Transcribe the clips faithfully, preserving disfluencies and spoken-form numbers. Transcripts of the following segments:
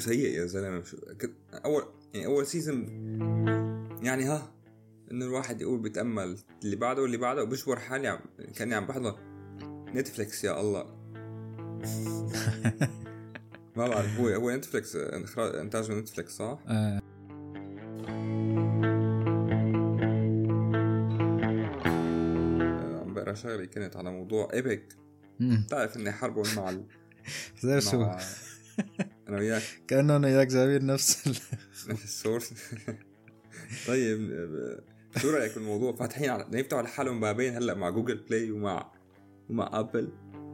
سيء يا زلمه. اول يعني اول سيزن يعني ها انه الواحد يقول بيتامل اللي بعده واللي بعده وبشور حالي عم كاني عم بحضر نتفليكس. يا الله ما بعرف. هو هو نتفليكس اخراج انتاج نتفليكس صح؟ آه. عم بقرا شغله كانت على موضوع ايبك. تعرف اني حربوا مع ال... مع انا وياك كانه انا وياك جايبين نفس ال... نفس السورس. طيب شو رايك بالموضوع؟ فاتحين على يفتحوا على حالهم بابين هلا مع جوجل بلاي ومع ومع ابل.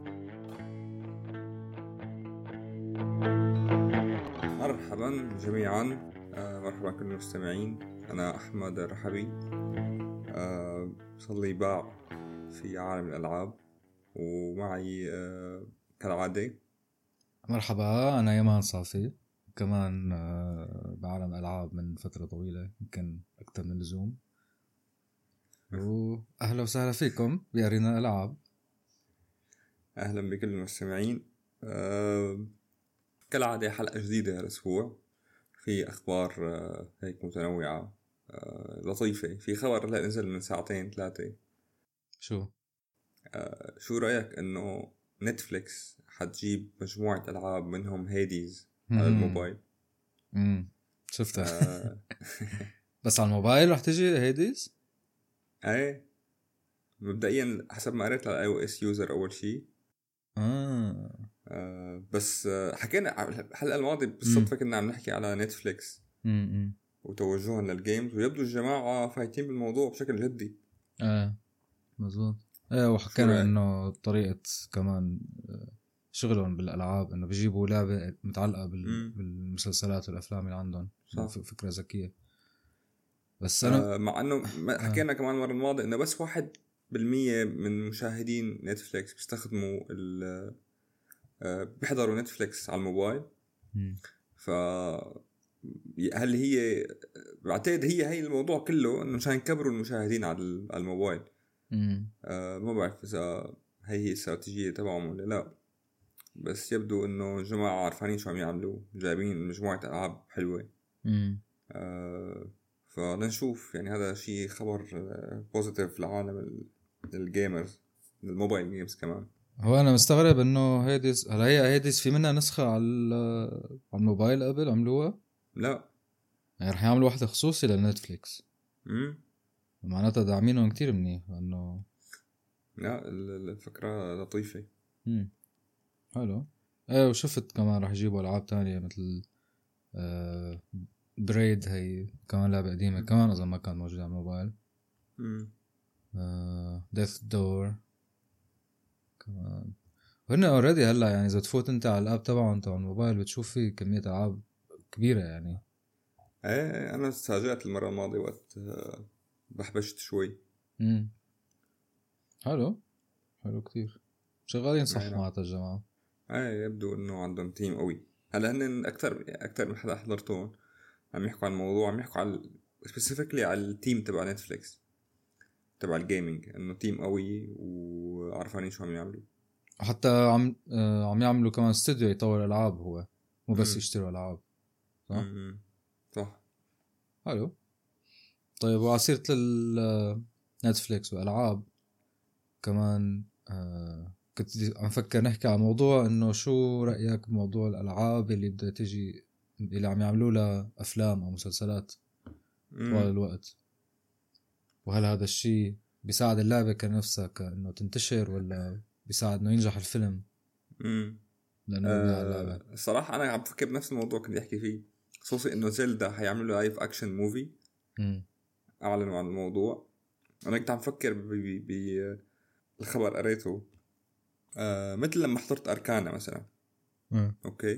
مرحبا جميعا، آه مرحبا كل المستمعين. انا احمد الرحبي، آه صلي باع في عالم الالعاب، ومعي آه كالعاده مرحبا انا يمان صافي كمان آه بعالم العاب من فتره طويله يمكن اكثر من اللزوم. واهلا وسهلا فيكم بأرينا العاب. اهلا بكل المستمعين. آه كالعاده حلقه جديده هالاسبوع، في اخبار آه هيك متنوعه آه لطيفه. في خبر هلا نزل من ساعتين ثلاثه. شو آه شو رايك انه نتفليكس حتجيب مجموعه العاب منهم هيديز على الموبايل؟ امم شفتها. آه. بس على الموبايل رح تجي هيديز؟ ايه مبدئيا حسب ما قريت على اي او اس يوزر اول شيء. آه. آه بس آه حكينا الحلقه الماضيه بالصدفه كنا عم نحكي على نتفليكس امم وتوجههم للجيمز، ويبدو الجماعه فايتين بالموضوع بشكل جدي. اه مزبوط. ايه وحكينا انه طريقه كمان شغلهم بالالعاب انه بيجيبوا لعبه متعلقه بال... بالمسلسلات والافلام اللي عندهم. فكره ذكيه. بس انا آه مع انه حكينا آه. كمان المره الماضيه انه بس واحد بالمية من مشاهدين نتفليكس بيستخدموا ال آه بيحضروا نتفليكس على الموبايل. م. ف هل هي بعتقد هي هي الموضوع كله انه مشان يكبروا المشاهدين على الموبايل. آه ما بعرف اذا هي هي الاستراتيجيه تبعهم ولا لا، بس يبدو انه الجماعه عارفين شو عم يعملوا، جايبين مجموعه العاب حلوه. آه فلنشوف يعني هذا شيء خبر بوزيتيف لعالم الجيمرز، الموبايل جيمز كمان. هو انا مستغرب انه هيديز هلا هي هيديز في منها نسخه على على الموبايل قبل عملوها؟ لا يعني رح يعملوا واحده خصوصي للنتفليكس. امم معناتها داعمينهم كتير منيح لانه لا الفكره لطيفه. امم حلو. ايه وشفت كمان رح يجيبوا العاب تانية مثل آه بريد، هي كمان لعبه قديمه م. كمان اذا ما كان موجود على الموبايل. امم آه ديث دور كمان. وهن اوريدي هلا يعني اذا تفوت انت على الاب تبعهم تبع الموبايل بتشوف فيه كميه العاب كبيره يعني. ايه انا تفاجأت المره الماضيه وقت بحبشت شوي. امم حلو حلو كتير شغالين صح مع الجماعه. ايه يبدو انه عندهم تيم قوي. هلا هن اكثر اكثر من حدا حضرتهم عم يحكوا عن الموضوع، عم يحكوا على سبيسيفيكلي على التيم تبع نتفليكس تبع الجيمنج، انه تيم قوي وعارفين شو عم يعملوا. حتى عم آه عم يعملوا كمان استوديو يطور العاب، هو مو بس يشتروا العاب. صح مم. صح حلو. طيب وعسيرة نتفليكس والألعاب كمان آه كنت عم فكر نحكي على موضوع إنه شو رأيك بموضوع الألعاب اللي بدها تيجي اللي عم يعملوا لها أفلام أو مسلسلات طوال الوقت، وهل هذا الشيء بيساعد اللعبة كنفسها كأنه تنتشر ولا بيساعد إنه ينجح الفيلم؟ امم لأنه آه اللعبة. الصراحة أنا عم بفكر بنفس الموضوع كنت أحكي فيه، خصوصي إنه زلدا حيعملوا لايف أكشن موفي. امم أعلنوا عن الموضوع. أنا كنت عم بفكر بالخبر قريته آه مثل لما حضرت أركانا مثلا. مم. أوكي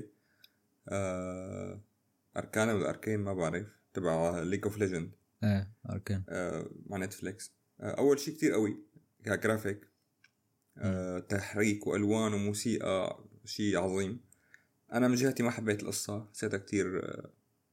آه أركانا ولا أركين ما بعرف، تبع ليج اوف ليجند. ايه أركين آه مع نتفليكس. آه أول شيء كتير قوي كجرافيك، آه تحريك وألوان وموسيقى، شيء عظيم. أنا من جهتي ما حبيت القصة، حسيتها كتير آه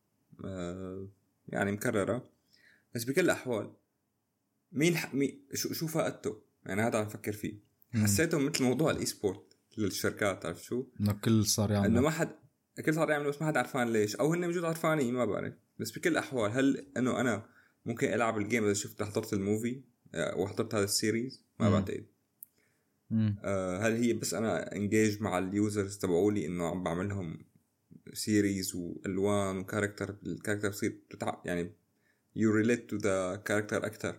آه يعني مكررة. بس بكل الأحوال مين, ح... مين شو شو فائدته يعني؟ هذا عم فكر فيه. حسيته مثل موضوع الإي سبورت للشركات، عارف شو؟ إنه كل صار يعمل إنه ما حد كل صار يعملوا بس ما حدا عرفان ليش، او هن موجود عرفانين ما بعرف. بس بكل الاحوال هل انه انا ممكن العب الجيم اذا شفت حضرت الموفي وحضرت هذا السيريز؟ ما بعتقد. آه هل هي بس انا انجيج مع اليوزرز تبعولي انه عم بعملهم سيريز والوان وكاركتر، الكاركتر بصير بتتع... يعني you relate to the character اكثر.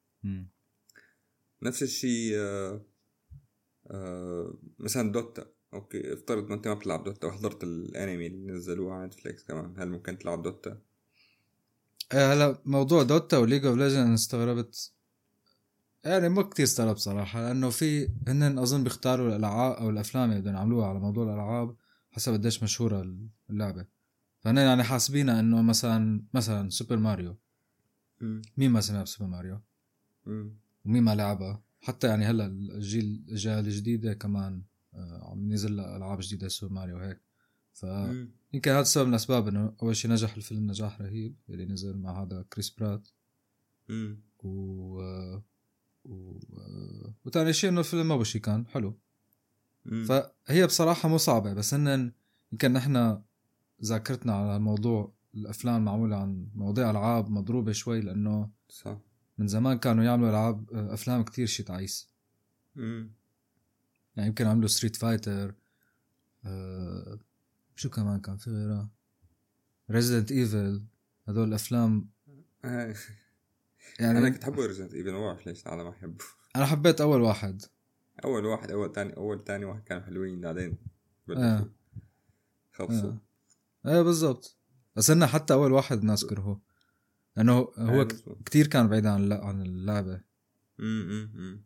نفس الشيء آه آه مثلا دوتا. اوكي افترض ما انت ما بتلعب دوتا وحضرت الانمي اللي نزلوه على نتفليكس كمان، هل ممكن تلعب دوتا؟ ايه هلا موضوع دوتا وليج اوف ليجند استغربت، يعني مو كتير استغرب صراحة، لأنه في هن أظن بيختاروا الألعاب أو الأفلام اللي بدهم يعملوها على موضوع الألعاب حسب قديش مشهورة اللعبة. فهن يعني حاسبينها إنه مثلا مثلا سوبر ماريو، م. مين ما سمع بسوبر ماريو م. ومين ما لعبها، حتى يعني هلا الجيل الأجيال الجديدة كمان آه عم ينزل ألعاب جديدة سوبر ماريو هيك. فيمكن هذا السبب من الأسباب، إنه أول شيء نجح الفيلم نجاح رهيب اللي نزل مع هذا كريس برات م. و آه و... وتاني شيء انه الفيلم ما بشي كان حلو. مم. فهي بصراحة مو صعبة، بس ان يمكن نحن ذاكرتنا على الموضوع الافلام معمولة عن مواضيع العاب مضروبة شوي، لانه صح من زمان كانوا يعملوا العاب افلام كتير شي تعيس. مم. يعني يمكن عملوا ستريت فايتر، آه... شو كمان كان في غيرها، ريزيدنت ايفل، هذول الافلام. يعني انا كنت حبه ريزيدنت ايفل، ما بعرف ليش انا ما احبه. انا حبيت اول واحد اول واحد اول تاني اول تاني واحد كانوا حلوين، بعدين آه. خلصوا. آه. ايه بالضبط. بس انه حتى اول واحد الناس كرهوه لانه هو آه كتير كان بعيد عن عن اللعبه. امم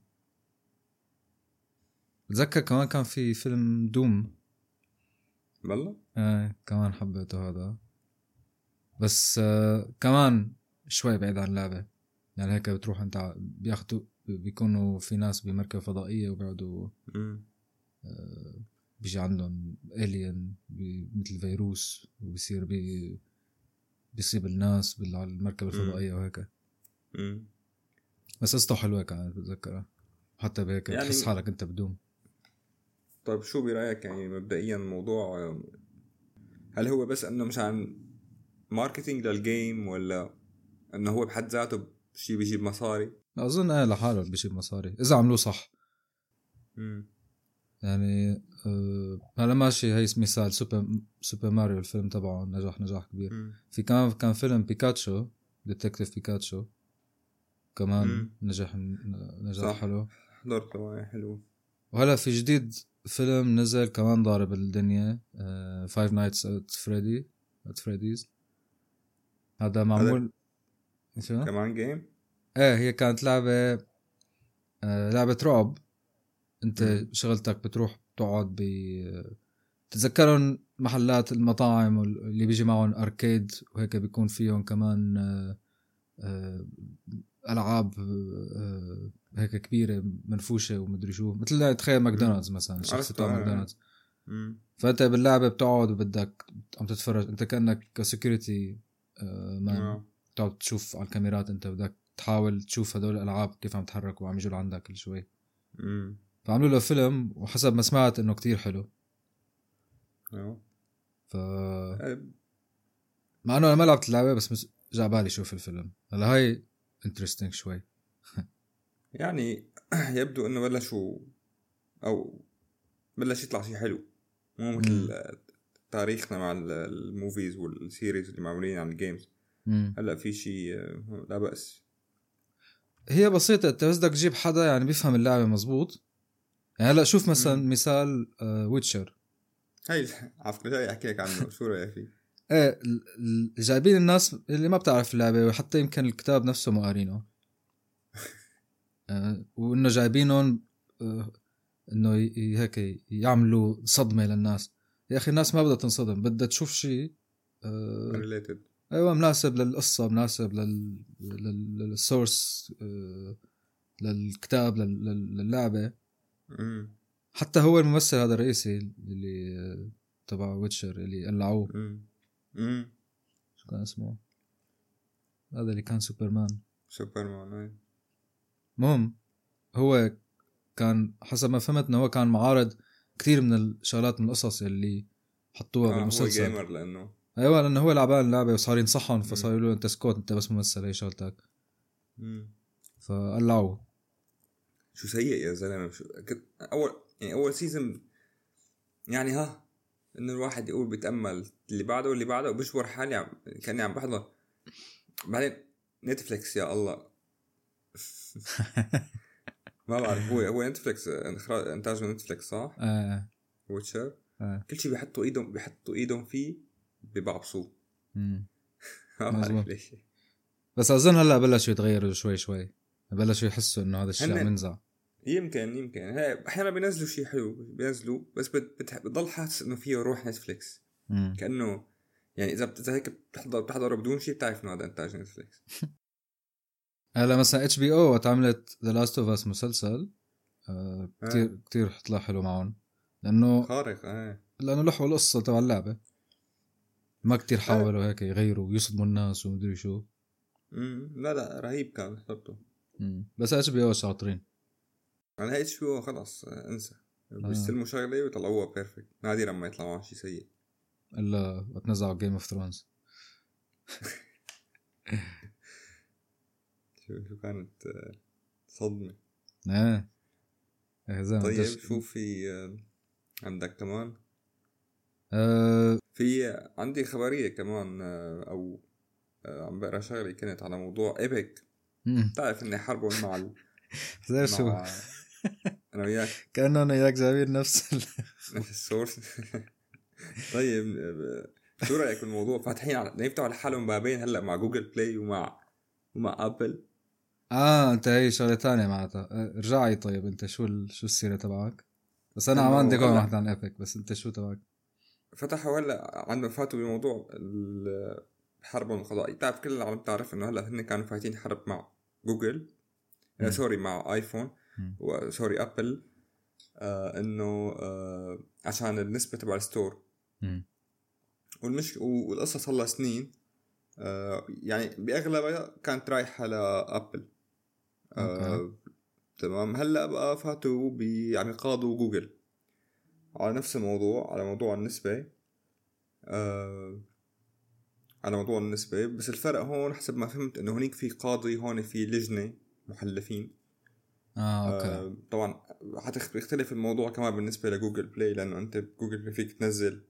بتذكر كمان كان في فيلم دوم والله ايه كمان حبيته هذا، بس آه كمان شوي بعيد عن اللعبه. يعني هيك بتروح انت بياخدوا بيكونوا في ناس بمركبه فضائيه وبيقعدوا آه بيجي عندهم الين مثل فيروس وبيصير بي بيصيب الناس بالمركبه الفضائيه وهيك. امم بس قصته حلوه كانت بتذكرها، حتى بهيك يعني بتحس حالك انت بدوم. طيب شو برايك يعني مبدئيا الموضوع، هل هو بس انه مش عن ماركتينج للجيم، ولا انه هو بحد ذاته شيء بيجيب مصاري؟ اظن ايه لحاله بيجيب مصاري اذا عملوه صح. امم يعني أه هلا ماشي، هي مثال سوبر سوبر ماريو الفيلم تبعه نجح نجاح كبير. مم. في كمان كان فيلم بيكاتشو ديتكتيف بيكاتشو كمان مم. نجح نجاح حلو، حضرته حلو. وهلا في جديد فيلم نزل كمان ضارب الدنيا، فايف نايتس ات فريدي ات فريديز. هذا معمول هذا كمان جيم. ايه هي كانت لعبة آه لعبة رعب. انت م. شغلتك بتروح تقعد ب تتذكرون محلات المطاعم اللي بيجي معهم اركيد وهيك بيكون فيهم كمان آه آه العاب آه هيك كبيرة منفوشة ومدري شو، مثل تخيل ماكدونالدز مثلا، شخص بتاع ماكدونالدز. فانت باللعبة بتقعد وبدك عم تتفرج، انت كأنك كسيكوريتي آه مان بتقعد تشوف على الكاميرات، انت بدك تحاول تشوف هدول الالعاب كيف عم تحركوا وعم يجوا لعندك كل شوي. امم فعملوا له فيلم، وحسب ما سمعت انه كتير حلو. اه ف مع انه انا ما لعبت اللعبه، بس جا بالي شوف الفيلم. هلا هاي انترستينج شوي. يعني يبدو انه بلشوا او بلش يطلع شيء حلو، مو مثل تاريخنا مع الموفيز والسيريز اللي معمولين عن الجيمز. هلا في شيء لا بأس. هي بسيطة، انت بس بدك تجيب حدا يعني بيفهم اللعبة مزبوط. يعني هلا شوف مثلا مم. مثال ويتشر، هاي عفوا هاي احكي لك عنه شو رأيك فيه؟ ايه جايبين الناس اللي ما بتعرف اللعبة، وحتى يمكن الكتاب نفسه ما قارينه آه وانه جايبينهم آه انه هيك يعملوا صدمة للناس. يا اخي الناس ما بدها تنصدم، بدها تشوف شيء آه related. ايوه مناسب للقصة، مناسب لل للسورس آه للكتاب للعبة. مم. حتى هو الممثل هذا الرئيسي اللي تبع ويتشر اللي قلعوه، امم شو كان اسمه هذا اللي كان سوبرمان سوبرمان مهم هو كان حسب ما فهمت انه هو كان معارض كثير من الشغلات من القصص اللي حطوها آه بالمسلسل. هو جيمر لانه ايوه لانه هو لعبان اللعبه وصار ينصحهم، فصار يقولوا انت سكوت انت بس ممثل هي شغلتك. فقلعوه. شو سيء يا زلمه. شو اول يعني اول سيزون يعني ها انه الواحد يقول بيتامل اللي بعده واللي بعده وبشور حالي عم كاني عم بحضر. بعدين نتفليكس يا الله. ما بعرف هو هو نتفليكس انتاج من نتفليكس صح؟ اه ويتشر اه كل شيء بيحطوا ايدهم بيحطوا ايدهم فيه ببعبصوه. امم ما بعرف ليش. بس اظن هلا بلشوا يتغيروا شوي شوي، بلشوا يحسوا انه هذا الشيء عم ينزع. يمكن يمكن هي احيانا بينزلوا شيء حلو بينزلوا بس بت... بتضل حاسس انه فيه روح نتفليكس. مم. كانه يعني اذا اذا هيك بتحضر بتحضره بدون شيء بتعرف انه هذا انتاج نتفليكس. هلا مثلا اتش بي او وتعملت ذا لاست اوف اس مسلسل آه كتير كتير طلع حلو معهم لانه خارق. اه لانه لحوا القصه تبع اللعبه، ما كتير حاولوا هيك يغيروا ويصدموا الناس ومدري شو. امم لا لا رهيب كان حضرته. مم. بس اتش بي او شاطرين. انا هيك شو خلاص انسى بيستلموا شغله ويطلعوها بيرفكت. نادرا ما يطلع معه شيء سيء الا وتنزعوا جيم اوف ثرونز. شو شو كانت صدمه. ايه طيب شو في عندك كمان؟ أه في عندي خبريه كمان او عم بقرا شغله كانت على موضوع ايبك. تعرف اني حربهم مع ال... مع انا وياك كانه انا وياك جايبين نفس ال... نفس السورس. طيب شو رايك بالموضوع؟ فاتحين على يفتحوا على حالهم بابين هلا مع جوجل بلاي ومع ومع ابل. اه انت هي شغله ثانيه معناتها. ارجعي طيب انت شو ال... شو السيره تبعك؟ بس انا عم عندي كمان واحد عن ايبك، بس انت شو تبعك؟ فتحوا هلا عندهم فاتوا بموضوع الحرب القضائية. تعرف كل العالم تعرف انه هلا هن كانوا فايتين حرب مع جوجل آه سوري مع ايفون وسوري ابل آه انه آه عشان النسبة تبع الستور. والمش والقصة صار لها سنين آه يعني باغلبها كانت رايحة لابل. آه تمام. هلا بقى فاتوا بي يعني قاضوا جوجل على نفس الموضوع على موضوع النسبة. آه على موضوع النسبة. بس الفرق هون حسب ما فهمت انه هنيك في قاضي هون في لجنة محلفين. اه اوكي آه طبعا حتختلف الموضوع كمان بالنسبة لجوجل بلاي لانه انت بجوجل بلاي فيك تنزل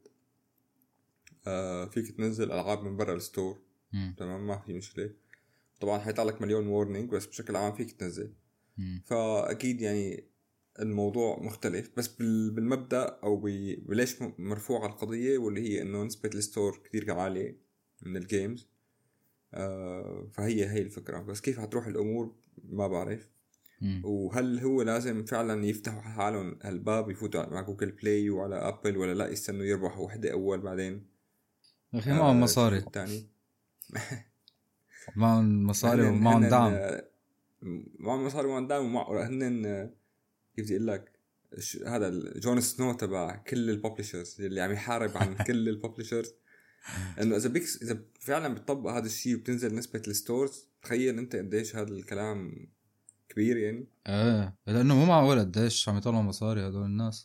آه فيك تنزل العاب من برا الستور. مم. تمام ما في مشكلة. طبعا حيطلع لك مليون وورنينج بس بشكل عام فيك تنزل. مم. فاكيد يعني الموضوع مختلف بس بالمبدأ او بليش مرفوعة القضية واللي هي انه نسبة الستور كتير عالية من الجيمز. آه فهي هي الفكرة. بس كيف هتروح الأمور ما بعرف. مم. وهل هو لازم فعلا يفتحوا حالهم هالباب يفوتوا مع جوجل بلاي وعلى أبل ولا لا يستنوا يربحوا وحدة أول بعدين أخي معهم آه مصاري الثاني. معهم مصاري ومعهم دعم. معهم مصاري ومعهم دعم ومع هنن كيف بدي أقول لك هذا جون سنو تبع كل الببلشرز اللي عم يحارب عن كل الببلشرز. انه اذا بيكس اذا فعلا بتطبق هذا الشيء وبتنزل نسبه الستورز تخيل انت قديش هذا الكلام كبير يعني. ايه لانه مو معقول قديش عم يطلعوا مصاري هدول الناس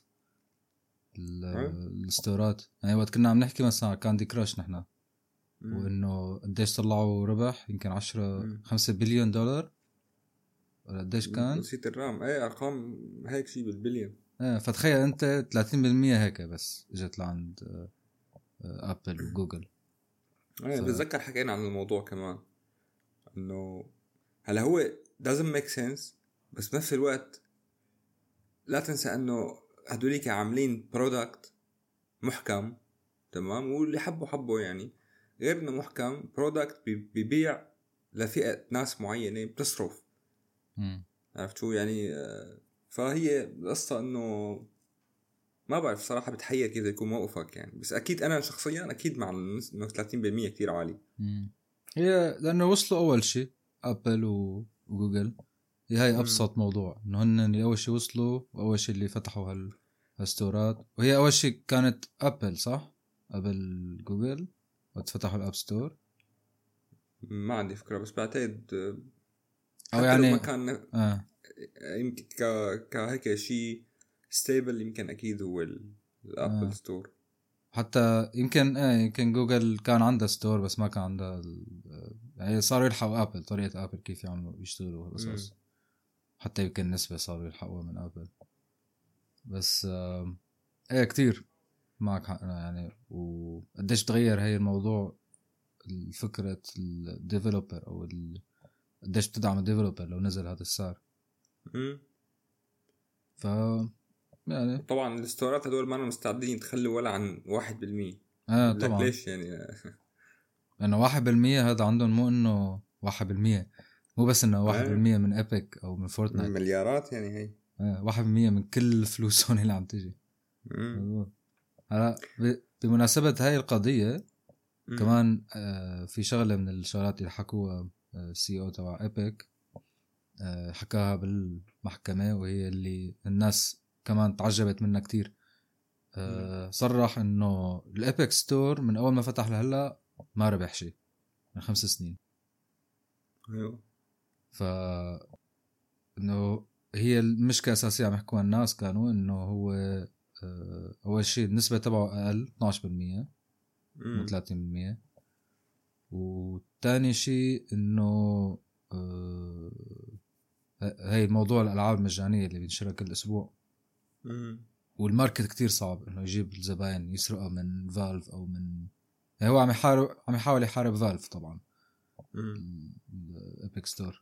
الستورات. يعني وقت كنا عم نحكي مثلا كاندي كراش نحن وانه قديش طلعوا ربح يمكن عشرة خمسة بليون دولار ولا قديش كان نسيت الرقم. ايه ارقام هيك شيء بالبليون. ايه فتخيل انت ثلاثين بالمية هيك بس اجت لعند ابل وجوجل. ايه ف... بتذكر حكينا عن الموضوع كمان انه هلا هو doesn't make sense بس بنفس الوقت لا تنسى انه هدوليك عاملين برودكت محكم. تمام. واللي حبوا حبوا يعني غير انه محكم برودكت بيبيع لفئة ناس معينة بتصرف. م. عرفت شو يعني. فهي القصة انه ما بعرف صراحة بتحير كيف يكون موقفك يعني. بس اكيد انا شخصيا اكيد مع انه ثلاثين بالمية كتير عالي. م. هي لانه وصلوا اول شيء ابل وجوجل. هي هاي ابسط م. موضوع انه هن اول شيء وصلوا واول شيء اللي فتحوا هال هالستورات. وهي اول شيء كانت ابل صح قبل جوجل وقت فتحوا الاب ستور. ما عندي فكرة بس بعتقد او يعني ما كان آه. يمكن ك كهيك شيء ستيبل يمكن اكيد هو الابل آه. ستور. حتى يمكن ايه يمكن جوجل كان عندها ستور بس ما كان عندها يعني صاروا يلحقوا ابل طريقه ابل كيف يعملوا يشتغلوا القصص حتى يمكن نسبه صاروا يلحقوها من ابل بس آه ايه كتير معك حق يعني وقديش تغير هاي الموضوع الفكره الديفلوبر او قديش بتدعم الديفلوبر لو نزل هذا السعر امم ف يعني طبعا الاستورات هدول ما مستعدين يتخلوا ولا عن واحد بالمية اه طبعا ليش يعني لأنه واحد بالمية هذا عندهم مو إنه واحد بالمية مو بس إنه واحد بالمية من إبك أو من فورتنايت مليارات يعني هي آه واحد بالمية من كل فلوسهم اللي عم تيجي. هلا بمناسبة هاي القضية مم. كمان آه في شغلة من الشغلات اللي حكوها السي او تبع إبك آه حكاها بالمحكمة وهي اللي الناس كمان تعجبت منها كتير. آه صرح إنه الإبك ستور من أول ما فتح لهلا ما ربح شيء من خمس سنين. ايوه ف انه هي المشكله الاساسيه عم يحكوها الناس كانوا انه هو آه اول شيء النسبه تبعه اقل اثنا عشر بالمية مو ثلاثين بالمية وثاني شيء انه آه هي موضوع الالعاب المجانيه اللي بينشرها كل اسبوع مم. والماركت كتير صعب انه يجيب الزباين يسرقها من فالف او من يعني هو عم يحارب عم يحاول يحارب فالف طبعا الابيك ستور.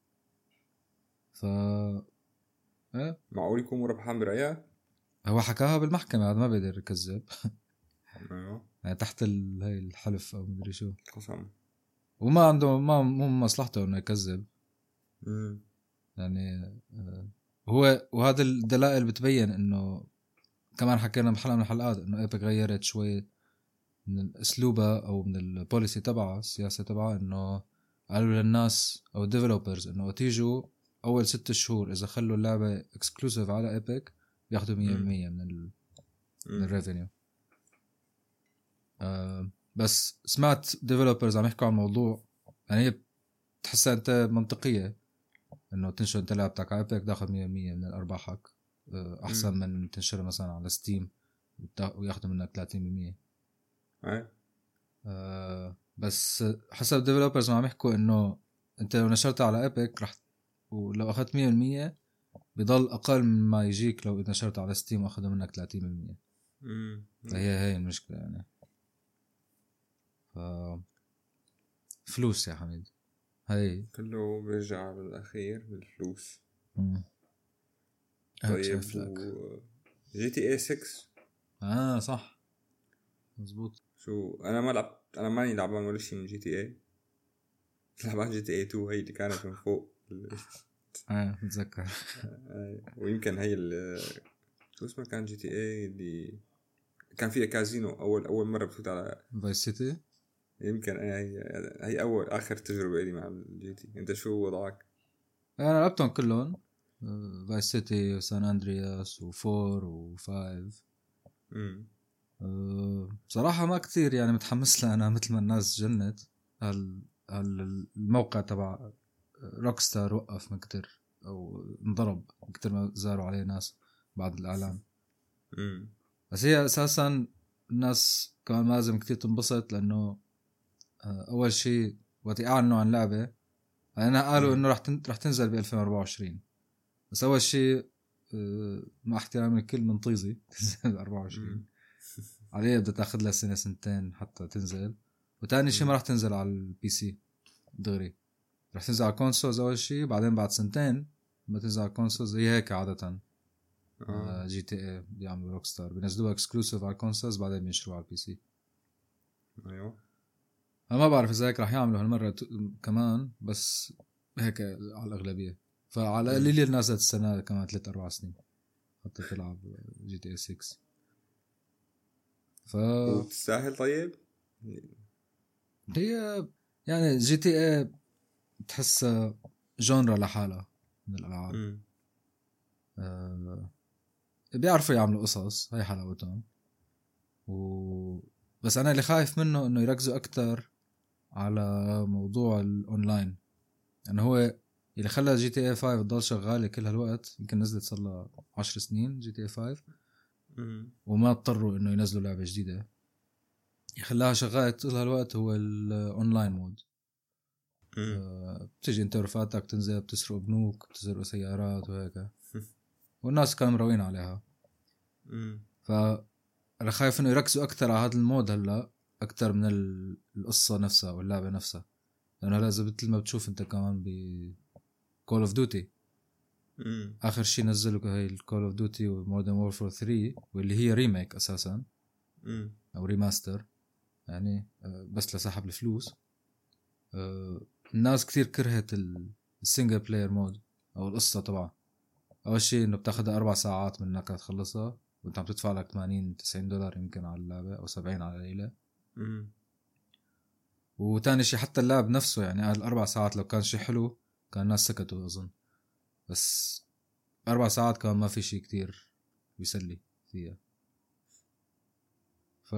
ف ايه معقول يكون ربحان برأيك؟ هو حكاها بالمحكمة هذا ما بيقدر يكذب. ايوه يعني تحت ال... هاي الحلف او مدري شو قسم وما عنده ما مو مصلحته انه يكذب. امم يعني آه هو وهذا الدلائل بتبين انه كمان حكينا بحلقة من الحلقات انه ايبك غيرت شوي من اسلوبها او من البوليسي تبعها السياسة تبعها انه قالوا للناس او الديفلوبرز انه تيجوا اول ست شهور اذا خلوا اللعبة اكسكلوسيف على ايبك بياخدوا مية بالمية من ال من الريفينيو. آه بس سمعت ديفلوبرز عم يحكوا عن الموضوع يعني هي بتحسها انت منطقية انه تنشر انت لعبتك على ايبك تاخذ مية بالمية من ارباحك آه احسن من تنشرها مثلا على ستيم وياخذوا منك ثلاثين بالمية. آه بس حسب ديفلوبرز ما عم يحكوا انه انت لو نشرتها على ايبك رح ولو اخذت مية بالمية بيضل اقل من ما يجيك لو نشرت على ستيم واخذوا منك ثلاثين بالمية. امم فهي هي المشكلة يعني. ف فلوس يا حميد هاي كله بيرجع بالاخير بالفلوس. امم طيب و... جي تي اي ستة اه صح مزبوط. شو انا ما لعبت انا ماني لعبان ولا شيء من جي تي اي لعبان جي تي اي اثنين هي اللي كانت من فوق اه بتذكر ويمكن هي شو اسمها كان جي تي اي اللي كان فيها كازينو اول اول مره بفوت على فايس سيتي يمكن هي هي اول اخر تجربه لي مع الجي تي. انت شو وضعك؟ انا لعبتهم كلهم فايس سيتي وسان اندرياس وفور وفايف. امم أه بصراحه ما كتير يعني متحمس لها انا مثل ما الناس جنت. هال الموقع تبع روكستار وقف من كتير او انضرب من كتير ما زاروا عليه ناس بعد الاعلان. امم بس هي اساسا الناس كمان لازم كتير تنبسط لانه اول شيء وقت اعلنوا عن لعبه انا قالوا انه راح راح تنزل ب ألفين وأربعة وعشرين بس اول شيء مع احترام الكل من طيزي تنزل أربعة وعشرين عليه بدها تاخذ لها سنه سنتين حتى تنزل. وتاني شيء ما راح تنزل على البي سي دغري راح تنزل على الكونسولز اول شيء بعدين بعد سنتين ما تنزل على الكونسولز هي هيك عاده. آه. جي تي اي بيعملوا روكستار بينزلوها اكسكلوسيف على الكونسولز بعدين بينشروها على البي سي. ايوه انا ما بعرف اذا هيك راح يعملوا هالمره كمان بس هيك على الاغلبيه. فعلى قليل الناس السنه كمان ثلاث أربع سنين حتى تلعب جي تي اي ستة. ف تستاهل. طيب هي يعني جي تي اي بتحسها جونرا لحالها من الالعاب. آه بيعرفوا يعملوا قصص هاي حلاوتهم و... بس انا اللي خايف منه انه يركزوا اكتر على موضوع الاونلاين. يعني هو اللي خلى جي تي اي خمسة تضل شغاله كل هالوقت يمكن نزلت صار لها عشر سنين جي تي اي خمسة وما اضطروا انه ينزلوا لعبه جديده يخليها شغالة طول الوقت هو الأونلاين مود. آه بتيجي انت ورفاتك تنزل بتسرق بنوك بتسرق سيارات وهيك والناس كانوا مروين عليها. فأنا خايف إنه يركزوا أكتر على هذا المود هلا أكتر من القصة نفسها واللعبة نفسها، لأنه هلا إذا مثل ما بتشوف أنت كمان ب Call of Duty مم. آخر شيء نزلوا هاي Call of Duty و Modern Warfare ثري واللي هي ريميك أساسا مم. أو ريماستر يعني بس لسحب الفلوس. الناس كتير كرهت السينجل بلاير مود أو القصة طبعا. أول شيء إنه بتاخدها أربع ساعات منك تخلصها وأنت عم تدفع لك ثمانين تسعين دولار يمكن على اللعبة أو سبعين على ليلة. وتاني شيء حتى اللعب نفسه يعني هذه الأربع ساعات لو كان شيء حلو كان الناس سكتوا أظن، بس أربع ساعات كان ما في شيء كتير بيسلي فيها. ف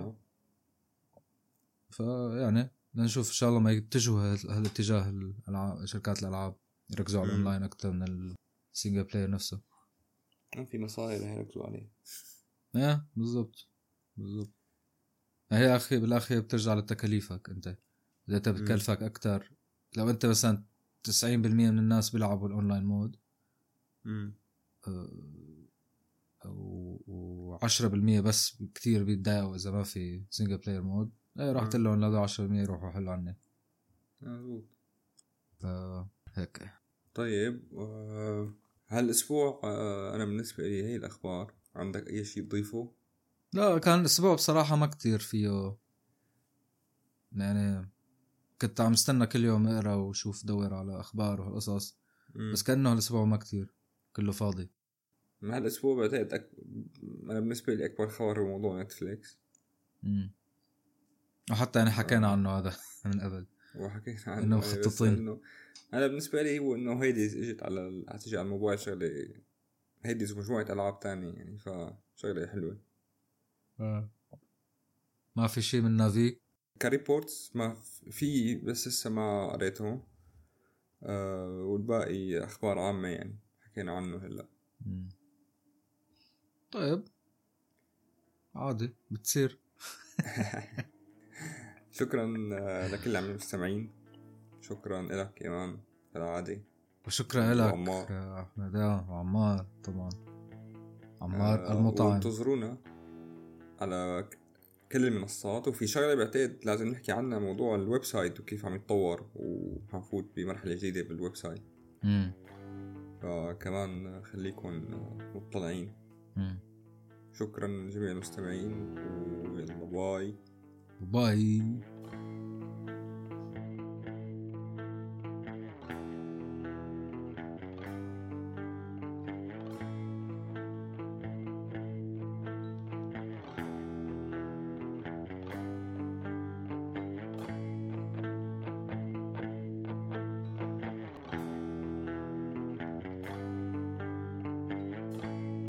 ف يعني نشوف إن شاء الله ما يتجهوا هالاتجاه الألعاب شركات الألعاب يركزوا على الأونلاين أكتر من السينجل بلاير نفسه. ما في مصاري رح يركزوا عليه. إيه بالضبط بالضبط. هي أخي بالأخير بترجع لتكاليفك أنت، إذا أنت بتكلفك أكتر. لو أنت مثلا تسعين بالمية من الناس بيلعبوا الأونلاين مود امم أو عشرة بالمية بس كتير بيتضايقوا إذا ما في سينجل بلاير مود، إيه راح تقول لهم عشرة بالمية يروحوا حلوا عني. مظبوط. فهيك. طيب آه هالأسبوع آه أنا بالنسبة لي هي الأخبار. عندك أي شيء تضيفه؟ لا كان الأسبوع بصراحة ما كتير فيه يعني، كنت عم استنى كل يوم اقرا وشوف دور على اخبار وقصص بس كأنه الاسبوع ما كتير كله فاضي. ما هالاسبوع بعتقد أك... انا بالنسبه لي اكبر خبر هو موضوع نتفليكس. امم وحتى يعني حكينا آه. عنه هذا من قبل وحكينا عنه انه مخططين. انه انا بالنسبه لي هو انه هيدي اجت على هتجي على الموبايل شغله، هيدي مجموعه العاب تانية يعني فشغله حلوه. آه. ما في شيء من نافيك كريبورتس ما في بس لسه ما قريتهم. آه والباقي اخبار عامه يعني حكينا عنه هلا. مم. طيب عادي بتصير. شكرا لكل المستمعين، شكرا لك إيمان كالعادة، وشكرا لك يا أحمد وعمار طبعا عمار آه المطعم. وانتظرونا على كل المنصات. وفي شغلة بعتقد لازم نحكي عنها، موضوع الويب سايت وكيف عم يتطور وحنفوت بمرحلة جديدة بالويب سايت. مم. فكمان خليكم مطلعين. مم. شكرا لجميع المستمعين ويلا باي باي.